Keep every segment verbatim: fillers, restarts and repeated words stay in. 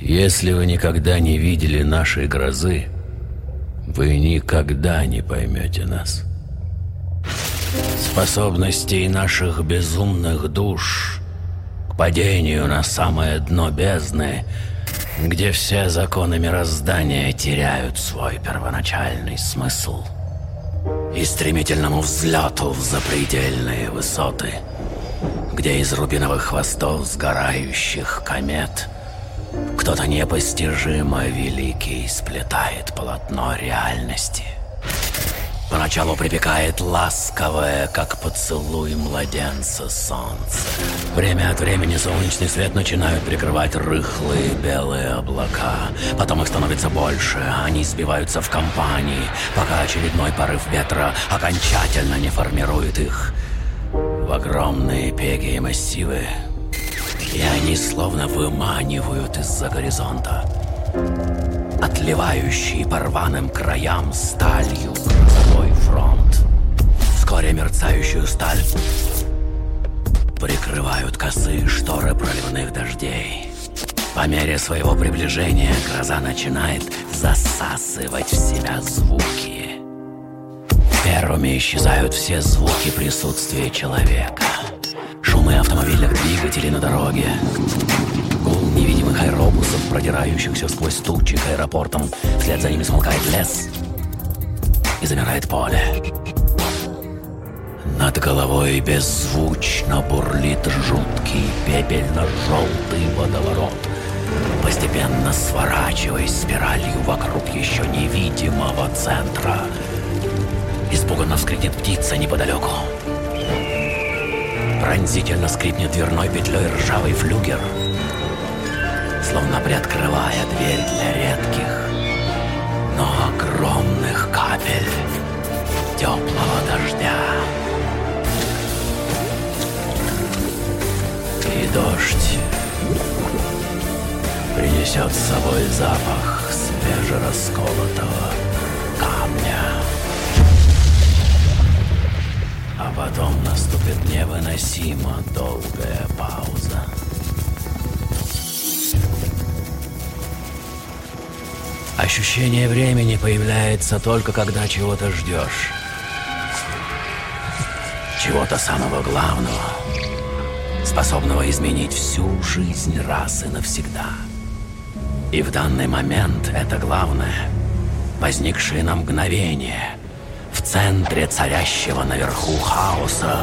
Если вы никогда не видели нашей грозы, вы никогда не поймете нас. Способностей наших безумных душ к падению на самое дно бездны, где все законы мироздания теряют свой первоначальный смысл, и стремительному взлету в запредельные высоты, где из рубиновых хвостов сгорающих комет кто-то непостижимо великий сплетает полотно реальности. Поначалу припекает ласковое, как поцелуй младенца, солнце. Время от времени солнечный свет начинают прикрывать рыхлые белые облака. Потом их становится больше, они сбиваются в компании, пока очередной порыв ветра окончательно не формирует их в огромные пеги и массивы. И они словно выманивают из-за горизонта отливающий по рваным краям сталью грозовой фронт. Вскоре мерцающую сталь прикрывают косые шторы проливных дождей. По мере своего приближения гроза начинает засасывать в себя звуки. Первыми исчезают все звуки присутствия человека. Шумы автомобильных двигателей на дороге, гул невидимых аэробусов, продирающихся сквозь тучи к аэропортам. Вслед за ними смолкает лес и замирает поле. Над головой беззвучно бурлит жуткий пепельно-желтый водоворот, постепенно сворачиваясь спиралью вокруг еще невидимого центра. Испуганно вскрикнет птица неподалеку. Пронзительно скрипнет дверной петлей ржавый флюгер, словно приоткрывая дверь для редких, но огромных капель теплого дождя. И дождь принесет с собой запах свежерасколотого камня. А потом наступит невыносимо долгая пауза. Ощущение времени появляется только когда чего-то ждешь. Чего-то самого главного, способного изменить всю жизнь раз и навсегда. И в данный момент это главное, возникшее на мгновение, в центре царящего наверху хаоса,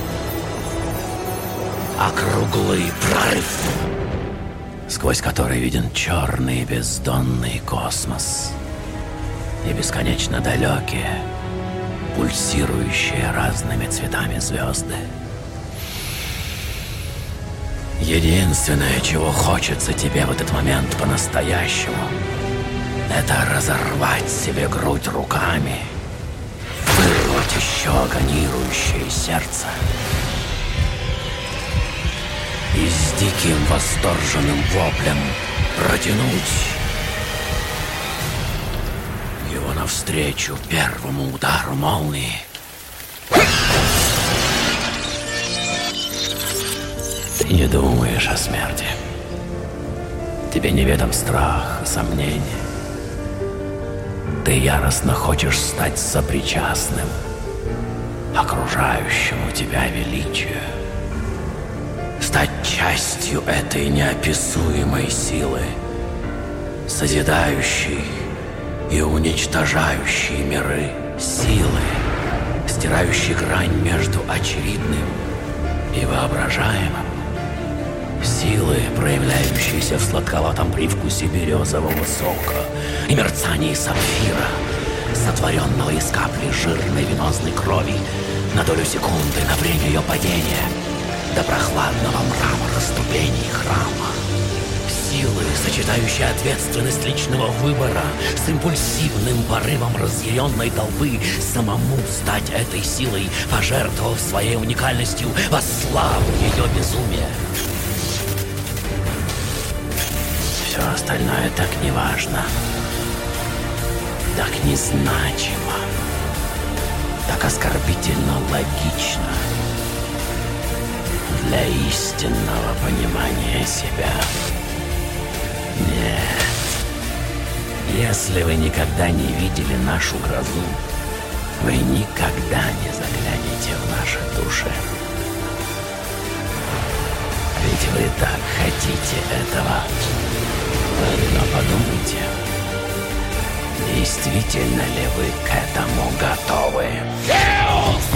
округлый прорыв, сквозь который виден черный бездонный космос и бесконечно далекие, пульсирующие разными цветами звезды. Единственное, чего хочется тебе в этот момент по-настоящему, это разорвать себе грудь руками, вырвать еще агонирующее сердце и с диким восторженным воплем протянуть его навстречу первому удару молнии. Ты не думаешь о смерти. Тебе неведом страх и сомнение. Ты яростно хочешь стать сопричастным окружающему тебя величию, стать частью этой неописуемой силы, созидающей и уничтожающей миры, силы, стирающей грань между очевидным и воображаемым, силы, проявляющиеся в сладковатом привкусе березового сока и мерцании сапфира, сотворенного из капли жирной венозной крови на долю секунды на время ее падения до прохладного мрамора ступеней храма. Силы, сочетающие ответственность личного выбора с импульсивным порывом разъяренной толпы, самому стать этой силой, пожертвовав своей уникальностью во славу ее безумия. Все остальное так неважно, так незначимо, так оскорбительно логично для истинного понимания себя. Нет. Если вы никогда не видели нашу грозу, вы никогда не заглянете в наши души. Ведь вы так хотите этого. Но подумайте, действительно ли вы к этому готовы?